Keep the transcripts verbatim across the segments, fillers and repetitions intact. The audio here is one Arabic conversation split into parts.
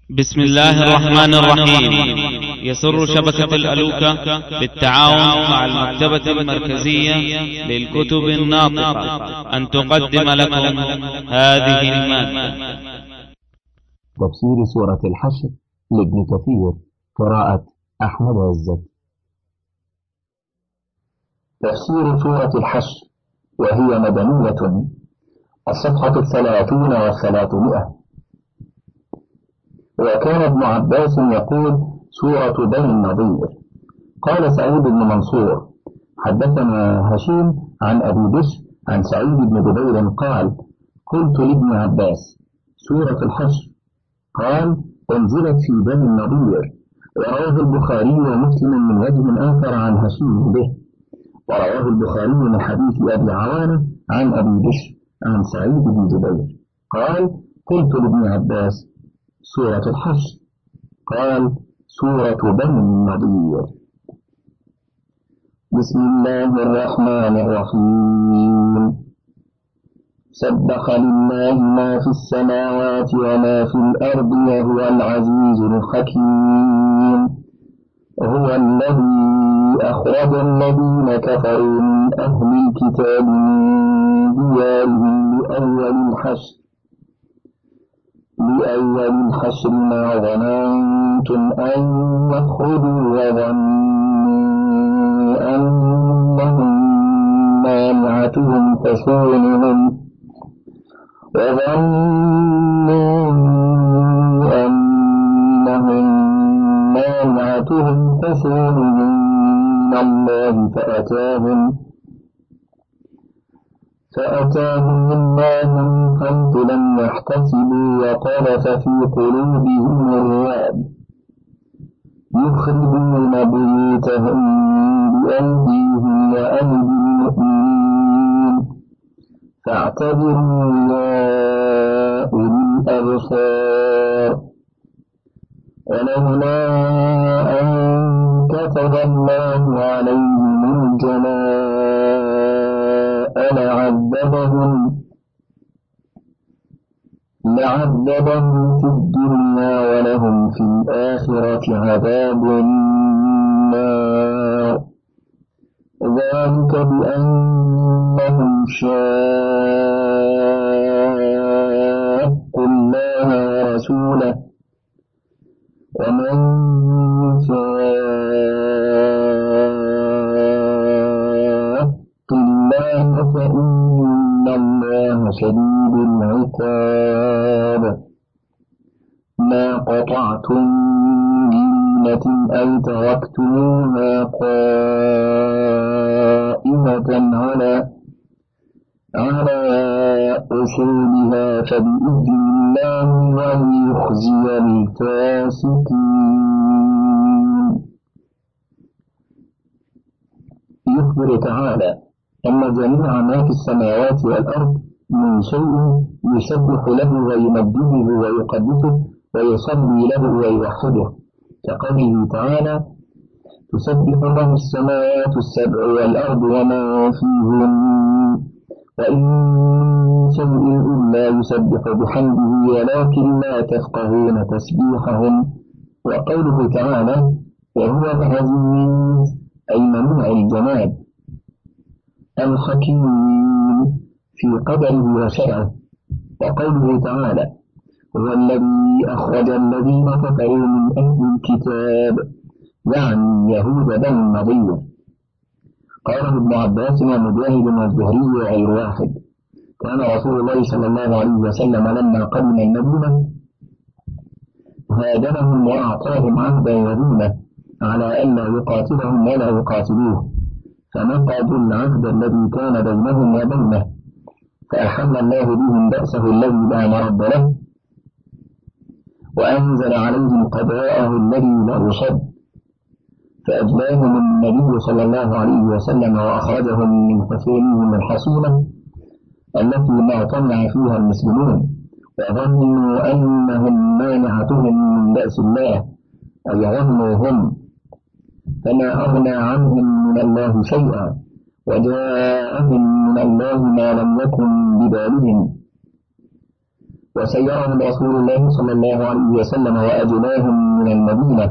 بسم الله الرحمن الرحيم. يسر شبكة الألوكة بالتعاون مع المكتبة المركزية للكتب الناطقة أن تقدم لكم هذه المادة. تفسير سورة الحشر لابن كثير، قراءة أحمد عزت. تفسير سورة الحشر وهي مدنية، الصفحة الثلاثون والثلاثمائة. وكان ابن عباس يقول سورة بني النضير. قال سعيد بن منصور حدثنا هشيم عن أبي بشر عن سعيد بن جبير قال قلت لابن عباس سورة الحشر، قال انزلت في بني النضير. ورواه البخاري ومسلم من وجه آخر عن هشيم به، ورواه البخاري من حديث أبي عوانة عن أبي بشر عن سعيد بن جبير قال قلت لابن عباس سورة الحشر، قال سورة بني النضير. بسم الله الرحمن الرحيم. سبح لله ما في السماوات وما في الأرض وهو العزيز الحكيم. هو الذي أخرج الذين كفروا من أهل الكتاب من ديارهم لأول الحشر لأول الحشر ما ظننتم أن يخرجوا وظنوا أنهم مانعتهم حصونهم وظنوا أنهم مانعتهم حصونهم من الله فأتاهم فأتاهم الله من حيث لم يحتسبوا وقذف في قلوبهم الرعب يخربون بيوتهم بأيديهم وأيدي المؤمنين فاعتبروا يا أولي الأبصار. ولولا أن كتب الله عليهم الجلاء لعذبهم لعذبهم في الدنيا ولهم في الآخرة عذاب النار. ذلك بأنهم شاقوا الله ورسوله ومن شاق الله فإن الله شديد العقاب. ما قطعتم من لينة أو تركتموها قائمة على على أصولها فبإذن الله وليخزي الفاسقين. يخبر تعالى أن جميع ما في السماوات والأرض من شيء يسبح له ويمجده ويقدسه ويصلي له ويوحده، كقوله تعالى تسبح له السماوات السبع والأرض وما فيهن وإن شيء إلا يسبح بحمده ولكن لا تفقهون تسبيحهم. وقوله تعالى وهو العزيز أي منوع الجمال الحكيم في قدره وشرعه. وقوله تعالى هو الذي أخرج الذين كفروا من أهل الكتاب يعني يهود بني النضير. قاله ابن عباس ومجاهد والزهري وغير واحد. كان رسول الله صلى الله عليه وسلم لما قدم المدينة هادنهم وأعطاهم عهدا يدونه على أن لا يقاتلهم ولا يقاتلوه، فنقضوا العهد الذي كان بينهم وبينه، فأحل الله بهم بأسه الذي لا مرد له وأنزل عليهم قضاءه الذي لا يصد، فأجلاهم النبي صلى الله عليه وسلم وأخرجهم من حصونهم الحصونة التي ما طمع فيها المسلمون وظنوا أنهم مانعتهم من بأس الله أي ظنوا هم، فما أغنى عنهم من الله شيئا وجاءهم من الله ما لم يكن ببالهم. وسيرهم رسول الله صلى الله عليه وسلم وأجلاهم من المدينة،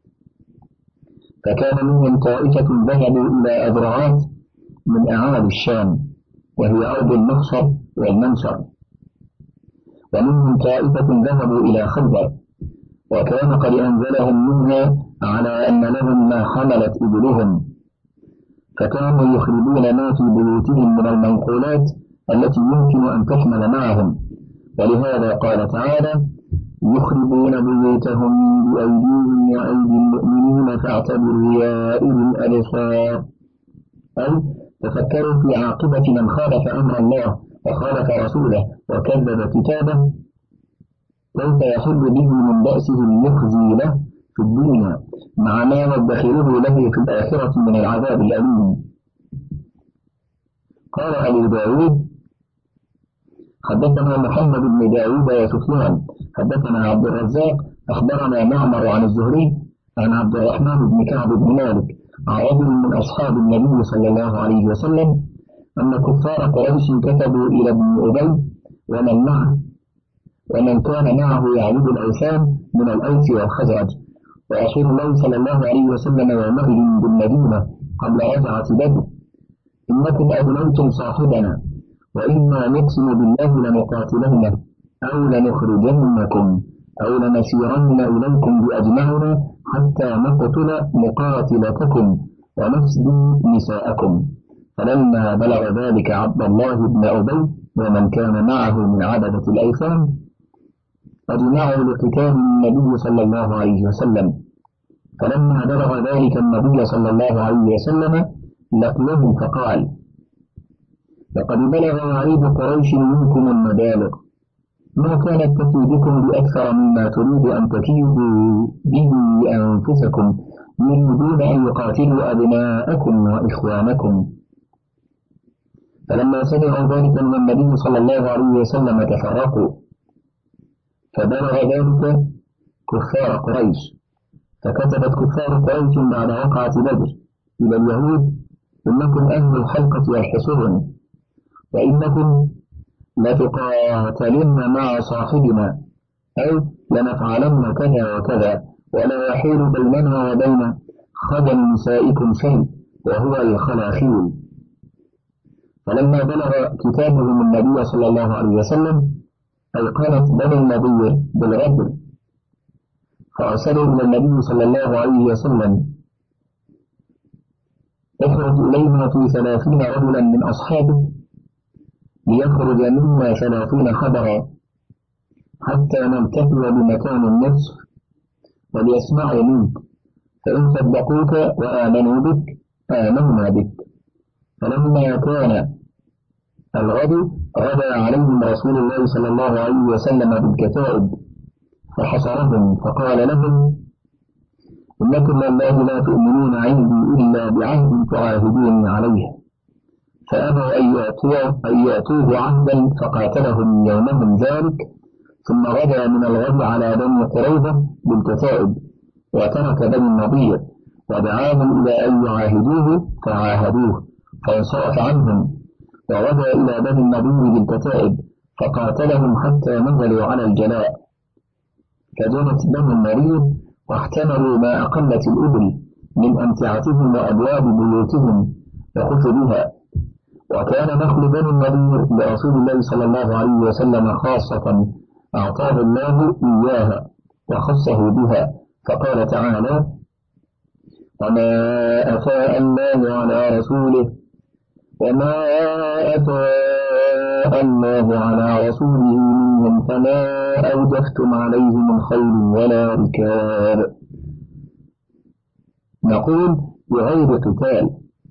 فكان منهم طائفة ذهبوا إلى أذرعات من أعالي الشام وهي أرض المخشر والمنشر، ومنهم طائفة ذهبوا إلى خيبر، وكان قد أنزلهم منها على أن لهم ما حملت إبلهم، فكانوا يخربون ما في بيوتهم من المنقولات التي يمكن أن تحمل معهم، ولهذا قال تعالى: يخربون بيوتهم بأيديهم وأيدي المؤمنين فاعتبروا يا أولي الأبصار، أي تفكروا في عاقبة من خالف أمر الله وخالف رسوله وكذب كتابه، كيف يحل به من بأسه المخزي له في الدنيا مع ما يدخره له في الآخرة من العذاب الأليم. قال أبو داود: حدثنا محمد بن داود وسفيان حدثنا عبد الرزاق أخبرنا معمر عن الزهري عن عبد الرحمن بن كعب بن مالك عن رجل من أصحاب النبي صلى الله عليه وسلم أن كفار قريش كتبوا إلى ابن أبي ومن معه ومن كان معه يعبد الأوثان من الأوس والخزرج، ورسول الله صلى الله عليه وسلم يومئذ بالمدينة قبل رجعة بدر: إنكم أبنيتم صاحبنا، وإنا نقسم بالله لنقاتلنه أو لنخرجنكم أو لنسيرن إليكم بأجمعنا حتى نقتل مقاتلتكم ونفسد نساءكم. فلما بلغ ذلك عبد الله بن أبي ومن كان معه من عبدة الأوثان أجمعوا لقتال النبي صلى الله عليه وسلم، فلما بلغ ذلك النبي صلى الله عليه وسلم لقيهم فقال: لقد بلغ وعيد قريش منكم المبالغ، ما كانت تكيدكم بأكثر مما تريد أن تكيدوا به أنفسكم، يريدون أن يقاتلوا أبناءكم وإخوانكم. فلما سمعوا ذلك من النبي صلى الله عليه وسلم تفرقوا، فبلغ ذلك كفار قريش، فكتبت كفار قريش بعد وقعة بدر إلى اليهود: إنكم أهل الحلقة والحصون، وإنكم لتقاتلن مع صاحبنا أو لنفعلن كذا وكذا، ولا يحيل بيننا وبين خدم نسائكم شيء وهو الخلاخيل. فلما بلغ كتابهم النبي صلى الله عليه وسلم أيقنت بني النبي بالغدر، فأرسلوا إلى النبي صلى الله عليه وسلم: اخرج إلينا في ثلاثين رجلا من أصحابه ليخرج منا ثلاثين خبرا حتى نلتقي بمكان النصف وليسمعوا منك، فإن صدقوك وآمنوا بك آمنا بك. فلما كان الغد غدا عليهم رسول الله صلى الله عليه وسلم بالكتائب فحصرهم فقال لهم: إنكم والله لا تؤمنون عندي إلا بعهد تعاهدوني عليه. فأبوا أن يأتوه عهدا فقاتلهم يومهم ذلك، ثم غدا من الغد على بني قريظة بالكتائب وترك بني النضير، ودعاهم إلى أن يعاهدوه فعاهدوه فانصرف عنهم، وغدا إلى بني النضير بالكتائب فقاتلهم حتى نزلوا على الجلاء، فجنت بني النضير واحتملوا ما أقلت الإبل من أمتعتهم وأبواب بيوتهم وخفوا بها. وكان نخل بني النضير لرسول الله صلى الله عليه وسلم خاصة أعطاه الله إياها وخصه بها، فقال تعالى: وما أفاء الله على رسوله وما أفاء الله على رسوله منهم فما أوجفتم عليه من خيل ولا ركاب. نقول بغير قتال.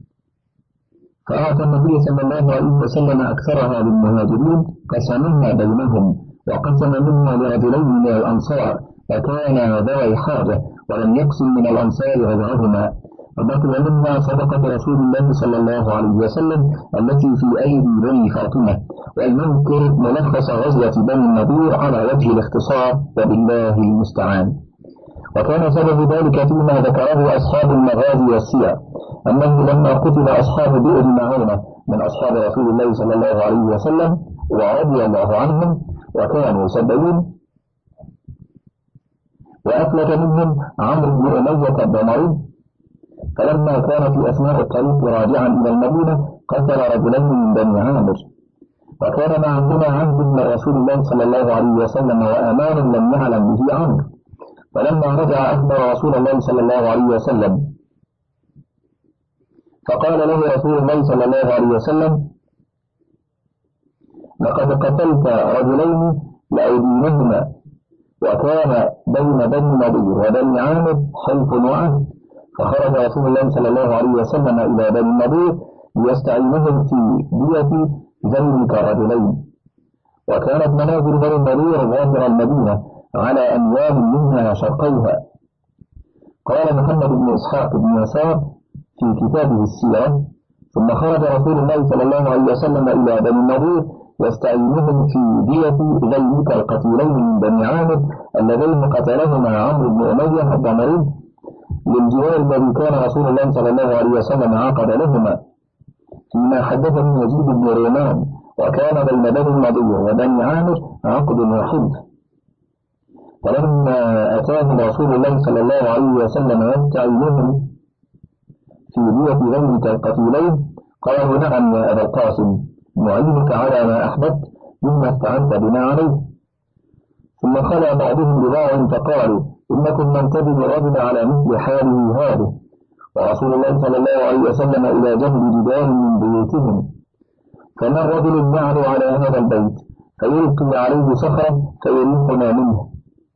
فأعطى النبي صلى الله عليه وسلم أكثرها للمهاجرين قسمها بينهم، وقسم منها لرجلين من الأنصار وكان ذوي حاجة، ولم يقسم من الأنصار غيرهما، وبقي منها صدقة رسول الله صلى الله عليه وسلم التي في أيدي بني فاطمة. والمنكر ملخص غزوة بني النضير على وجه الاختصار، وبالله المستعان. وكان سبب ذلك فيما ذكره أصحاب المغازي والسير، أنه لما قتل أصحاب بئر معونة من أصحاب رسول الله صلى الله عليه وسلم ورضي الله عنهم، وكانوا سبعين، وأفلت منهم عمرو بن أمية الضمري، فلما كان في أثناء الطريق راجعا إلى المدينة قتل رجلين من بني عامر، وكان معهما عهد من رسول الله صلى الله عليه وسلم وأمان لم يعلم به عمرو، فلما رجع أخبر رسول الله صلى الله عليه وسلم، فقال له رسول الله صلى الله عليه وسلم: لقد قتلت رجلين لأدينهما، وكان بين بني نضير وبني عامر حلف وعهد، فخرج رسول الله صلى الله عليه وسلم إلى بني نضير ليستعينهم في دية ذلك الرجلين، وكانت منازل بني نضير ظاهر المدينة على أنياب منها شرقيها. قال محمد بن إسحاق بن يسار في كتابه السيرة: ثم خرج رسول الله صلى الله عليه وسلم إلى بني النضير يستعينهم في دية ذلك القتيلين من بني عامر اللذين قتلهما عمرو بن أمية الضمري للجوار الذي كان رسول الله صلى الله عليه وسلم عقد لهما، فيما حدثني يزيد بن رومان، وكان بين بني النضير وبني عامر عقد وحلف. فلما أتاهم رسول الله صلى الله عليه وسلم يستعينهم في دية ذلك القتيلين قالوا: نعم يا أبا القاسم، نعينك على ما أحببت مما استعنت بنا عليه. ثم خلى بعضهم ببعض فقالوا: إنكم من تجد الرجل على مثل حاله هذه، ورسول الله صلى الله عليه وسلم إلى جنب جدار من بيوتهم، فما رجل يعلو على هذا البيت فيلقي عليه صخرا فيريحنا منه.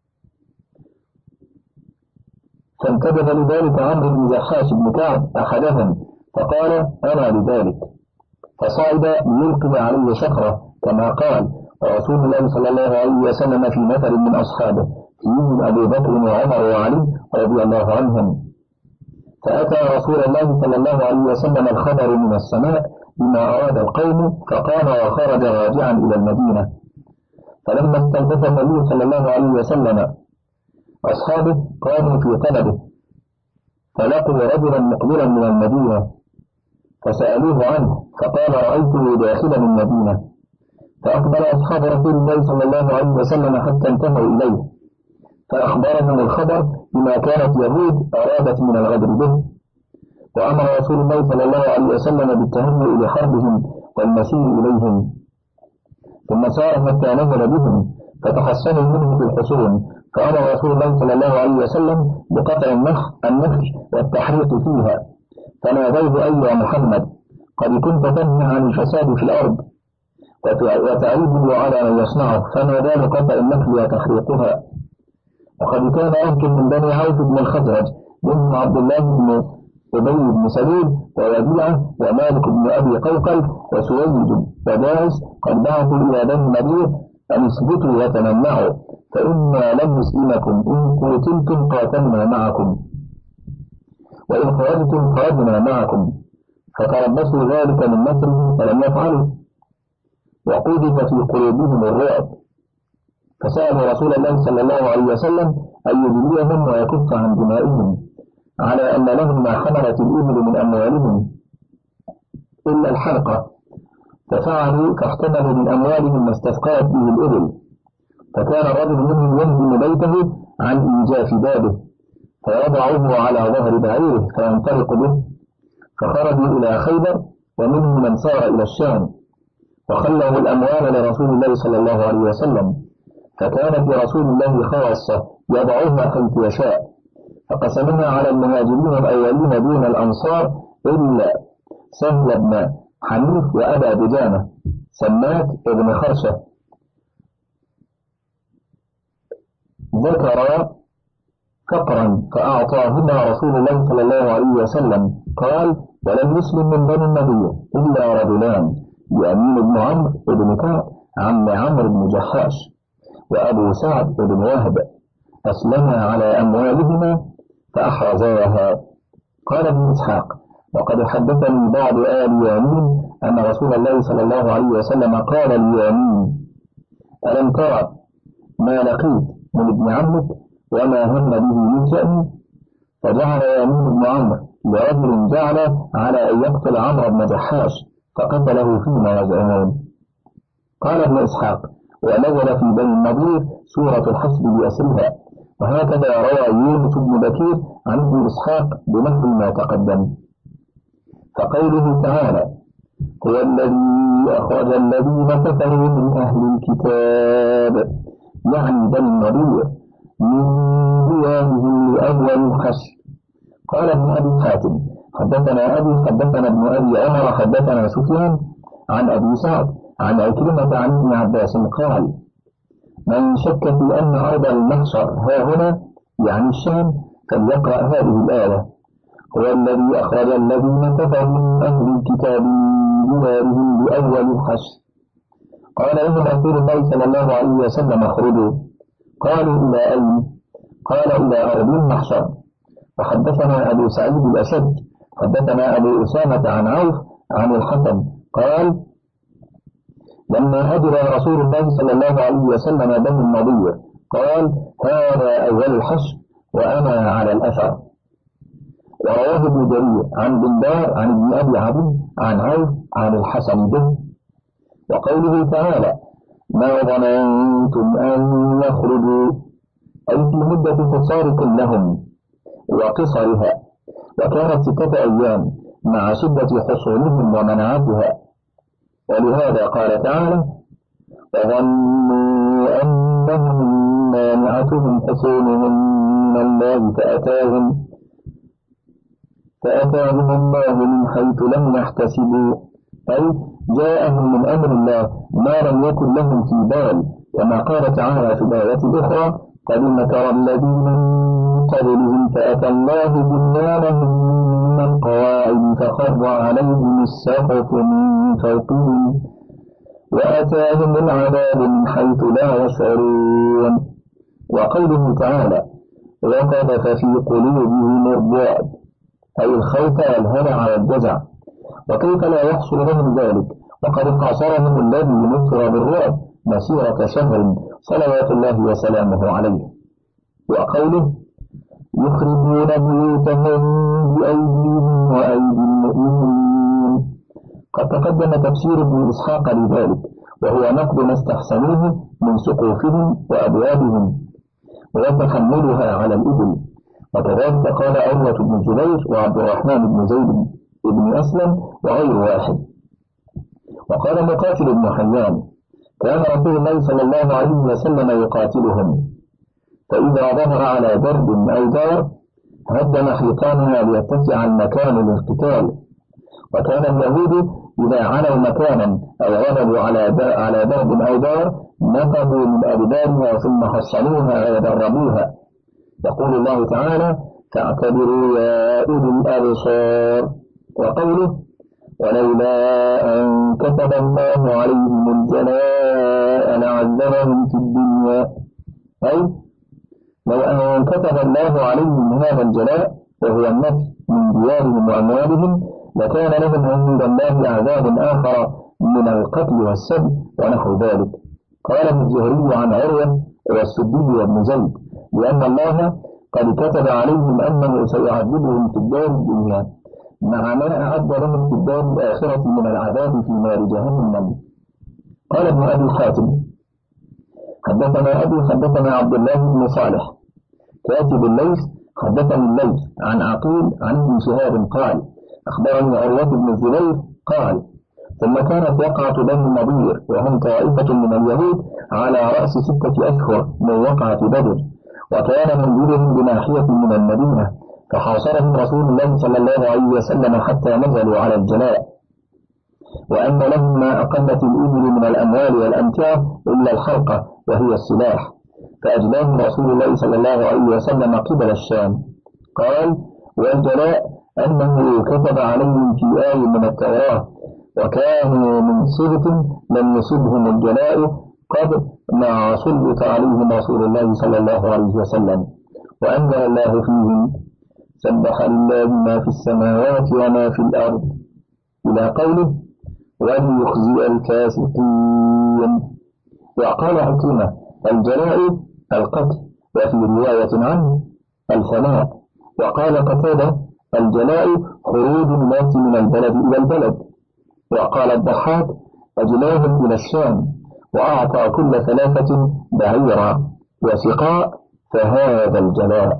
فانتبه لذلك عمرو بن جحاش بن كعب أحدهم فقال: أنا لذلك، فصعد ليلقي عليه صخرة كما قال، ورسول الله صلى الله عليه وسلم في نفر من أصحابه فيهم أبي بكر وعمر وعلي رضي الله عنهم. فأتى رسول الله صلى الله عليه وسلم الخبر من السماء بما أراد القوم، فقام وخرج راجعا إلى المدينة. فلما استلبث النبي صلى الله عليه وسلم أصحابه قاموا في طلبه، فلقوا رجلا مقبلا من المدينة فسألوه عنه، فقال: رأيته داخلا المدينة. فأقبل أصحاب رسول الله صلى الله عليه وسلم حتى انتهوا إليه، فأخبرهم الخبر بما كانت يهود أرادت من الغدر به، وأمر رسول الله صلى الله عليه وسلم بالتهيؤ لحربهم والمسير إليهم. ثم سار حتى نزل بهم فتحسنوا منه في الحصون، فأمر رسول الله صلى الله عليه وسلم بقطع النخل والتحريق فيها، فنادوه: أيها محمد، قد كنت تنهى عن الفساد في الأرض وتعيبه على من يصنعه، فما بال قطع النخل وتحريقها؟ وقد كان أهل من بني عوف بن الخزرج منهم عبد الله بن أبي بن سلول ووديعة ومالك بن أبي قوقل وسويد وداعس قد بعثوا إلى بني النضير أن اثبتوا وتمنعوا، فإنا لم نسلمكم، إن قتلتم قاتلنا معكم، وإن خرجتم خرجنا معكم، فتربصوا ذلك من نصرهم فلم يفعلوا، وقذف في قلوبهم الرعب، فسألوا رسول الله صلى الله عليه وسلم أن يجليهم ويكف عن دمائهم، على أن لهم ما حملت الإبل من أموالهم إلا الحلقة، ففعلوا فاحتملوا من أموالهم ما استثقلت به الإبل، فكان الرجل منهم يهدم بيته عن إيجاف بابه فيضعه على ظهر بعيره فينطلق به، فخرجوا إلى خيبر، ومنهم من سار إلى الشام، وخلوا الأموال لرسول الله صلى الله عليه وسلم، فكانت لرسول الله خاصة يضعوها حيث يشاء، فقسمها على المهاجرين الأولين دون الأنصار إلا سهل بن حنيف وأبا دجانة سماك ابن خرشة. ذكر فقرا فأعطاهما رسول الله صلى الله عليه وسلم، قال: ولم يسلم من بني النضير إلا رجلان، يأمين بن عمرو بن كعب عم عمرو بن جحاش، وأبو سعد بن وهب، أسلما على أموالهما فأحرزاها. قال ابن إسحاق: وقد حدثني بعض آل يامين أن رسول الله صلى الله عليه وسلم قال ليامين: ألم ترى ما لقيت من ابن عمك وما هم به من شأني؟ فجعل يامين بن عمرو لرجل جعل على أن يقتل عمرو بن جحاش فقتله فيما يزعمون. قال ابن إسحاق: ونزل في بني النضير سورة الحشر بأسرها. وهكذا روى يونس بن بكير عن ابن إسحاق بنحو ما تقدم. فقوله تعالى هو الذي أخرج الذين كفروا من أهل الكتاب يعني بني النضير من ديارهم لأول الحشر. قال ابن أبي حاتم حدثنا أبي حدثنا ابن أبي عمر حدثنا سفيان عن أبي سعد عن عكرمة عن ابن عباس قال من شك في أن أرض المحشر ها هنا يعني الشام فليقرأ هذه الآية هو الذي أخرج الذين كفروا من أهل الكتاب من ديارهم لأول الحشر. قال لهم رسول الله صلى الله عليه وسلم اخرجوا. قالوا إلى أين؟ قال إلى أرض المحشر. وحدثنا أبو سعيد الأشد حدثنا أبو أسامة عن عوف عن الحسن قال لما أدرى رسول الله صلى الله عليه وسلم بني النضير قال هذا أول الحشر وأنا على الأثر. ورواه ابن جرير عن بندار عن ابن أبي عدي عن عوف عن الحسن به. وقوله تعالى ما ظننتم أن يخرجوا أي في مدة حصاركم لهم وقصرها وكانت ستة أيام مع شدة حصونهم ومنعتها. ولهذا قال تعالى وظنوا أنهم مانعتهم حصونهم من الله فأتاهم فأتاهم الله من حيث لم يحتسبوا أي جاءهم من أمر الله ما لم يكن لهم في بال. وما قال تعالى في الآية الأخرى قد مكر الذين من قبلهم فأتى الله بنيانهم من قواعد فخر عليهم السقف من فوقهم وأتاهم العذاب من حيث لا يشعرون. وقوله تعالى وقذف في قلوبهم الرعب أي الخوف والهلع والجزع. وكيف لا يحصل لهم ذلك وقد قاصرهم الذي نصر بالرعب مسيرة شهر صلوات الله وسلامه عليه. وقوله يخربون بيوتهم بأيديهم وأيدي المؤمنين قد تقدم تفسير ابن إسحاق لذلك وهو نقد ما استحسنوه من سقوفهم وأبوابهم وتحملها على الإبل. وكذلك قال عروة بن الزبير وعبد الرحمن بن زيد بن أسلم وغير واحد. وقال مقاتل بن حيان كان رسول الله صلى الله عليه وسلم يقاتلهم فإذا ظهر على درب أو دار هدم حيطانها ليتسع المكان للقتال. وكان اليهود إذا علوا مكانا أو غلبوا على على درب أو دار نقضوا من أدبارها ثم حصنوها ويدربوها. يقول الله تعالى فاعتبروا يا أولي الأبصار. وقوله ولولا أن كتب الله عليهم الجلاء لعذبهم في الدنيا أي لو أن كتب الله عليهم هذا الجلاء وهو النفي من ديارهم وأموالهم لكان لهم عند الله عذاب آخر من القتل والسبي ونحو ذلك. قال ابن الزهري عن عروة والسدي وابن زيد لأن الله قد كتب عليهم أنه سيعذبهم في الدار الدنيا مع ما أعد لهم في الدار الآخرة من العذاب في نار جهنم. قال ابن أبي حاتم حدثنا أبي حدثنا عبد الله بن صالح كاتب الليث حدثني الليث عن عقيل عن ابن شهاب قال أخبرني عروة بن الزبير قال ثم كانت وقعة بني النضير وهم طائفة من اليهود على رأس ستة أشهر من وقعة بدر وكان منزلهم بناحية من المدينة فحاصرهم رسول الله صلى الله عليه وسلم حتى نزلوا على الجلاء وأن لهم ما أقلت الإبل من الأموال والأمتعة إلا الحلقة وهي السلاح فأجلاهم رسول الله صلى الله عليه وسلم قبل الشام. قال والجلاء أنه كتب عليهم في آية من التوراة وكانوا من سبط لم يصبهم الجلاء قبل ما سلط عليهم رسول الله صلى الله عليه وسلم وأنزل الله فيهم سبح لله ما في السماوات وما في الأرض إلى قوله وليخزي الفاسقين. وقال عكرمة الجلاء القتل وفي رواية عنه الفناء. وقال قتادة الجلاء خروج الناس من البلد إلى البلد. وقال الضحاك أجلاهم إلى الشام وأعطى كل ثلاثة بعيرا وسقاء، فهذا الجلاء.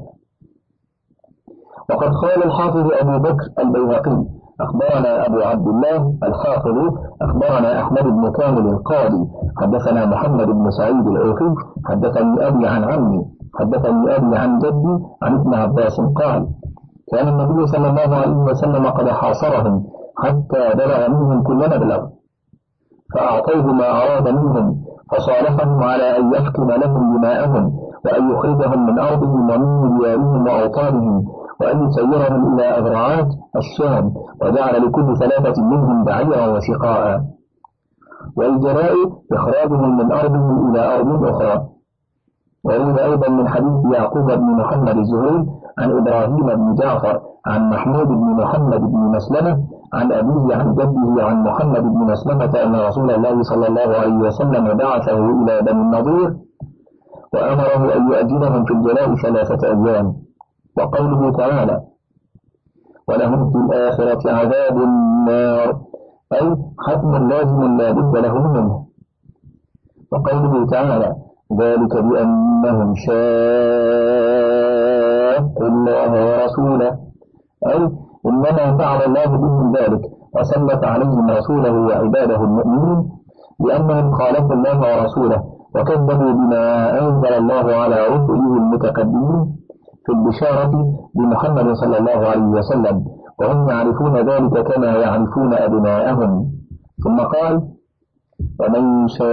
وقد قال الحافظ أبو بكر البيهقي: أخبرنا أبو عبد الله الحافظ أخبرنا أحمد بن كامل القاضي حدثنا محمد بن سعيد العوفي حدثني أبي عن عمي حدثني أبي عن جدي عن ابن عباس قال: كان النبي صلى الله عليه وسلم قد حاصرهم حتى بلغ منهم كل مبلغ، فأعطوه ما أراد منهم، فصالحهم على أن يحكم لهم دماءهم، وأن يخرجهم من أرضهم ومن ديارهم وأوطانهم، وأن يسيرهم إلى أذرعات الشام، وجعل لكل ثلاثة منهم بعيرا وسقاء. والجلاء إخراجهم من أرضهم إلى أرض أخرى. وروي أيضا من حديث يعقوب بن محمد الزهري عن إبراهيم بن جعفر عن محمود بن محمد بن مسلمة عن أبيه عن جده عن محمد بن مسلمة أن رسول الله صلى الله عليه وسلم بعثه إلى بني النضير وأمره أن يؤجلهم في الجلاء ثلاثة أيام. وقوله تعالى: ولهم في الآخرة عذاب النار، أي حتم لازم لا بد لهم منه. وقوله تعالى: ذلك بأنهم شاقوا الله ورسوله، أي إنما فعل الله بهم ذلك وسلط عليهم رسوله وعباده المؤمنين لأنهم خالفوا الله ورسوله وكذبوا بما أنزل الله على رسله المتقدمين في البشارة بمحمد صلى الله عليه وسلم، وهم يعرفون ذلك كما يعرفون أبناءهم. ثم قال: ومن شاق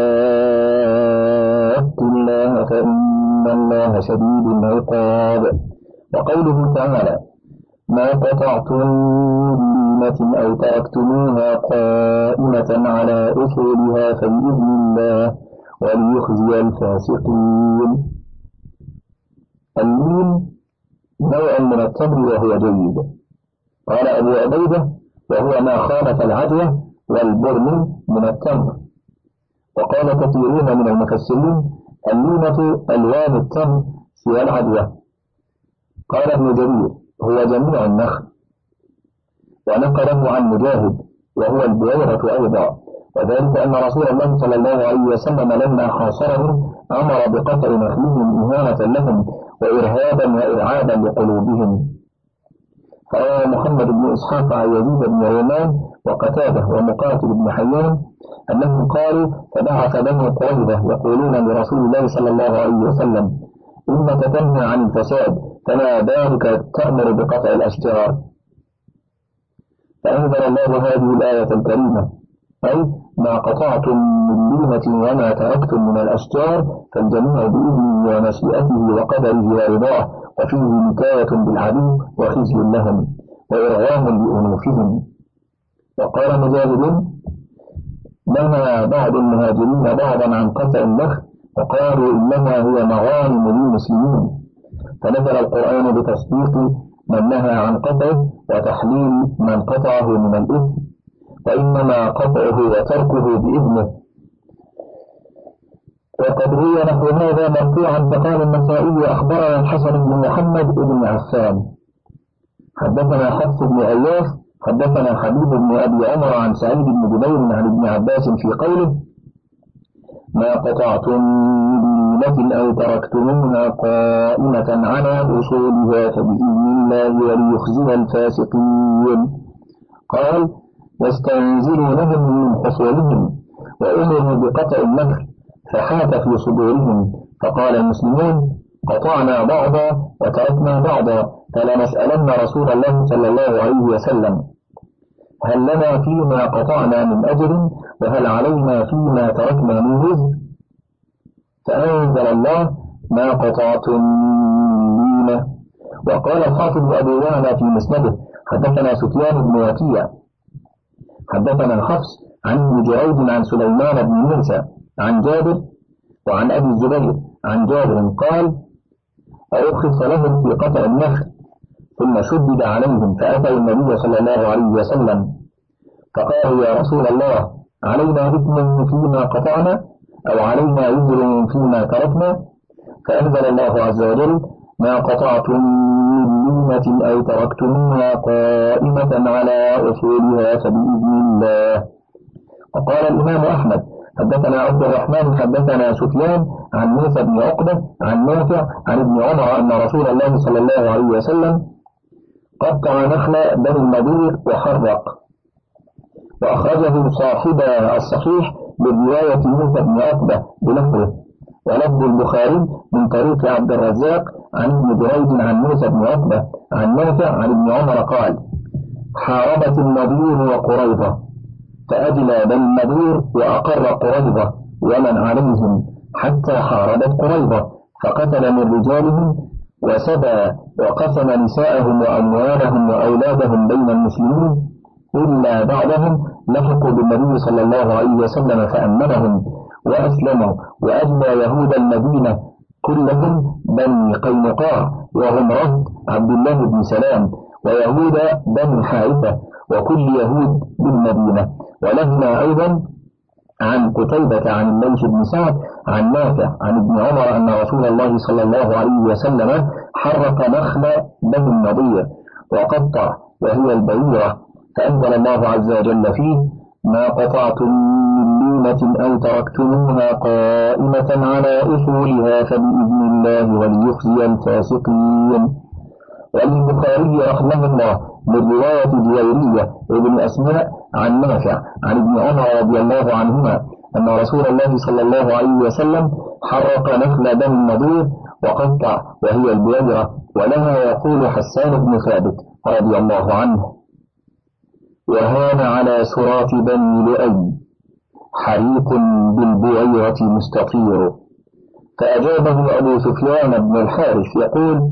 الله فإن الله شديد العقاب. وقوله تعالى: ما قطعتم من لينة أو تركتموها قائمة على أصولها فبإذن الله وليخزي الفاسقين. اللين نوع من التمر وهو جيد. قال أبو عبيدة: وهو ما خالف العجوة والبرم من التمر. وقال كثيرون من المفسرين: اللينة ألوان التمر سوى العجوة. قال ابن جرير: هو جميع النخل. ونقله عن مجاهد: وهو البعيرة أيضا، وذلك أن رسول الله صلى الله عليه وسلم لما حاصرهم أمر بقطع نخلهم إهانة لهم وإرهابا وإرعابا لقلوبهم. فروى محمد بن إسحاق عن يزيد بن رومان وقتاده ومقاتل بن حيان أنهم قالوا: فبعث بنو قريظة يقولون لرسول الله صلى الله عليه وسلم: إنك تنهى عن الفساد، فما بالك تأمر بقطع الأشجار؟ فأنزل الله هذه الآية الكريمة: أي ما قطعتم من لينة وما تركتم من الأشجار فالجميع بإذنه ومشيئته وقدره ورضاه، وفيه نكاية بالعدو وخزي لهم وإرغام لأنوفهم. وقال مجاهد: نهى بعض المهاجرين بعضا عن قطع النخل وقالوا إنما هي مغانم للمسلمين، فنزل القرآن بتصديق من نهى عن قطعه وتحليل من قطعه من الإثم، وإنما قطعه وتركه بإذنه. وقد روي نحو هذا مرفوعا، فقال النسائي: أخبرنا الحسن بن محمد بن عفان حدثنا حفص بن أياس حدثنا حبيب بن أبي عمر عن سعيد بن جبير عن ابن عباس في قوله: ما قطعتم من لينة أو تركتموها قائمة على أصولها فبإذن الله وليخزي الفاسقين. قال: يستنزلونهم من حصولهم، وأمروا بقطع النخل فحاك في صدورهم، فقال المسلمون: قطعنا بعضا وتركنا بعضا، فلنسألن رسول الله صلى الله عليه وسلم: هل لنا فيما قطعنا من أجر، وهل علينا فيما تركنا من رزق؟ فأنزل الله: ما قطعتم من لينة. وقال الحافظ أبو يعلى في مسنده: حدثنا سفيان بن وكيع حدثنا حفص عن ابن جريج عن سليمان بن موسى عن جابر وعن أبي الزبير عن جابر قال: أرخص لهم في قطع النخل ثم شدد عليهم، فأتوا النبي صلى الله عليه وسلم فقالوا: يا رسول الله، علينا إثم فيما قطعنا أو علينا وزر فيما تركنا؟ فأنزل الله عز وجل: ما قطعتم من لينة أو تركتموها قائمة على أصولها فبإذن الله. وقال الإمام أحمد: حدثنا عبد الرحمن حدثنا سفيان عن موسى بن عقبة عن نافع عن ابن عمر أن رسول الله صلى الله عليه وسلم قطع نخل بني النضير وحرق. وأخرجه صاحب الصحيح برواية موسى بن عقبة بلفظه، ولفظ البخاري من طريق عبد الرزاق عن ابن جريج عن موسى بن عقبة عن نافع عن ابن عمر قال: حاربت النضير وقريظة فأجلى بني النضير وأقر قريظة ومن عليهم حتى حاربت قريظة، فقتل من رجالهم وسبى وقسم نساءهم وأموالهم وأولادهم بين المسلمين، إلا بعدهم لحقوا بالنبي صلى الله عليه وسلم فأمنهم وأسلموا، وأجلى يهود المدينة كلهم بني قينقاع وهم رهط عبد الله بن سلام، ويهود بني حارثة، وكل يهود بالمدينة. ولهنا أيضا عن قتيبة عن الليث بن سعد عن نافع عن ابن عمر أن رسول الله صلى الله عليه وسلم حرق نخل بني النضير وقطع وهي البعيرة، فأنزل الله عز وجل فيه: ما قطعتم من لينة أو تركتموها قائمة على أصولها فبإذن الله وليخزي الفاسقين. والبخاري رحمه الله من رواية جويرية وابن أسماء عن نافع عن ابن عمر رضي الله عنهما أن رسول الله صلى الله عليه وسلم حرق نخل بني النضير وقطع وهي البعيرة. ولها يقول حسان بن ثابت رضي الله عنه: وهان على سرات بني لؤي حريق بالبعيرة مستطير. فأجابه أبو سفيان بن الحارث يقول: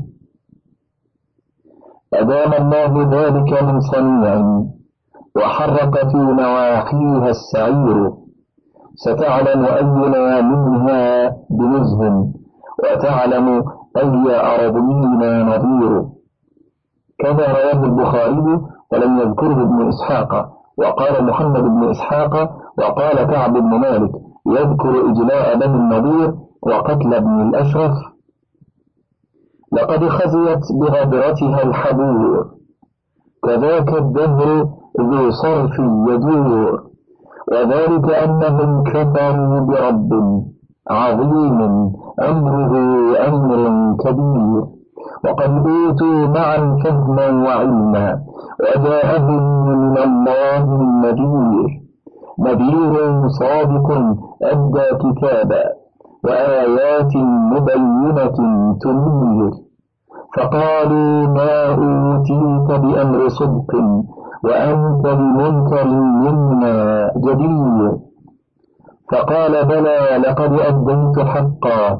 أدام الله ذلك من صنيع وحرق في نواحيها السعير، ستعلم أينا منها بنزه وتعلم أي أرضينا نظير. كذا رواه البخاري ولم يذكره ابن إسحاق. وقال محمد بن إسحاق وقال كعب بن مالك يذكر إجلاء بني النضير وقتل ابن الأشرف: لقد خزيت بغدرتها الحبور، كذاك الدهر ذو صرف يدور، وذلك أنهم كفروا برب عظيم أمره أمر كبير، وقد أوتوا معا فهما وعلما، وجاءهم من الله النذير، نذير صادق أدى كتابا وآيات مبينة تنير، فقالوا ما أوتيت بأمر صدق وأنت بمنكر منا جدير. فقال بلى لقد أديت حقا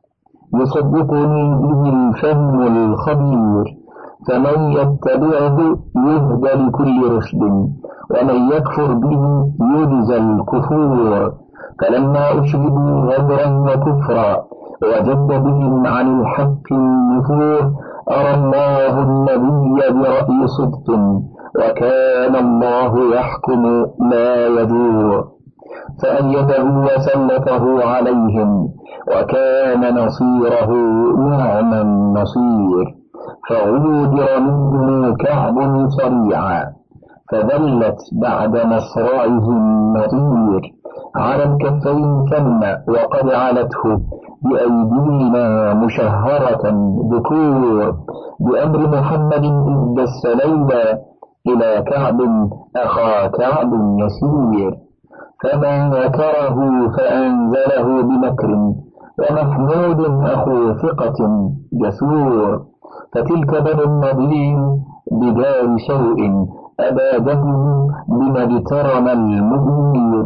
يصدقني به الفهم الخبير، فمن يتبعه يهدى لكل رشد ومن يكفر به يجزى الكفور. فلما أشهدوا غدرا وكفرا وجد بهم عن الحق النفور، أرى الله النبي برأي صدق وكان الله يحكم لا يدور، فأيده وسلطه عليهم وكان نصيره نعم النصير. فغودر منه كعب صريعا فذلت بعد مصرعهم نطير، على الكفين ثم وقد علته بأيدينا مشهرة ذكور، بأمر محمد إذ دس ليلا إلى كعب أخا كعب يسير، فما ذكره فأنزله بمكر، ومحمود أخو ثقة جسور. فتلك بنو النضير بدار سوء أبادهم بما اجترم المدير،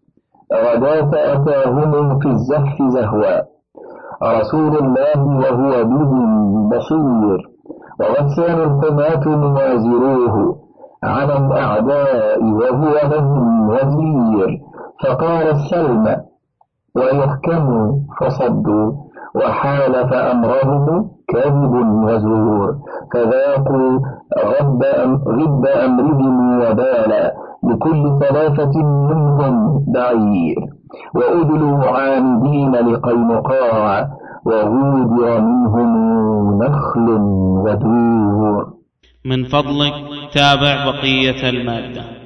غدا فأتاهم في الزحف زهوا رسول الله وهو بهم بصير، وغسان الحماة منازروه على الأعداء وهو لهم وزير، فقال السلم ويحكموا فصدوا وحالف أمرهم كذب وزور، فذاقوا غب, غب أمرهم وبالا لكل ثلاثة منهم بعير، وأدلوا عامدين لقينقاع وغودر منهم نخل ودور. من فضلك تابع بقية المادة.